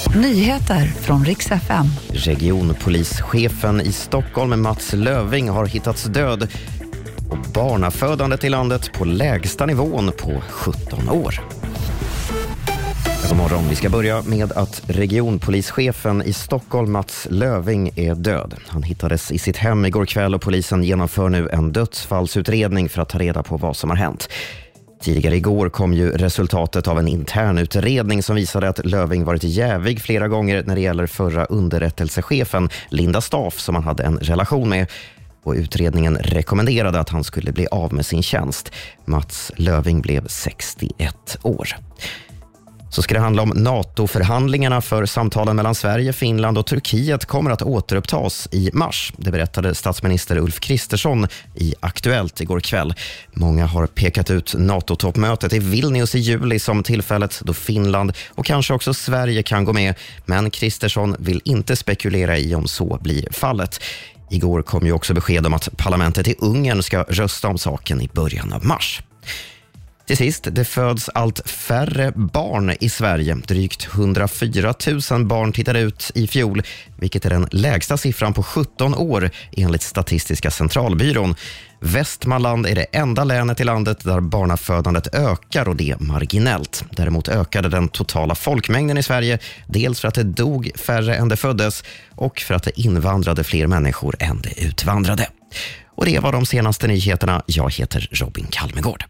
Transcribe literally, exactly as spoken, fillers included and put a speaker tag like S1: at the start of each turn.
S1: Nyheter från Rix F M.
S2: Regionpolischefen i Stockholm, Mats Löving, har hittats död. Och barnafödandet i landet på lägsta nivån på sjutton år. God morgon. Vi ska börja med att regionpolischefen i Stockholm, Mats Löving, är död. Han hittades i sitt hem igår kväll och polisen genomför nu en dödsfallsutredning för att ta reda på vad som har hänt. Tidigare igår kom ju resultatet av en intern utredning som visade att Löving varit jävig flera gånger när det gäller förra underrättelsechefen Linda Staff som han hade en relation med. Och utredningen rekommenderade att han skulle bli av med sin tjänst. Mats Löving blev sextioett år. Så ska det handla om NATO-förhandlingarna för samtalen mellan Sverige, Finland och Turkiet kommer att återupptas i mars. Det berättade statsminister Ulf Kristersson i Aktuellt igår kväll. Många har pekat ut NATO-toppmötet i Vilnius i juli som tillfället då Finland och kanske också Sverige kan gå med. Men Kristersson vill inte spekulera i om så blir fallet. Igår kom ju också besked om att parlamentet i Ungern ska rösta om saken i början av mars. Till sist, det föds allt färre barn i Sverige. Drygt hundrafyra tusen barn tittade ut i fjol, vilket är den lägsta siffran på sjutton år enligt Statistiska centralbyrån. Västmanland är det enda länet i landet där barnafödandet ökar och det marginellt. Däremot ökade den totala folkmängden i Sverige, dels för att det dog färre än det föddes och för att det invandrade fler människor än det utvandrade. Och det var de senaste nyheterna. Jag heter Robin Kalmegård.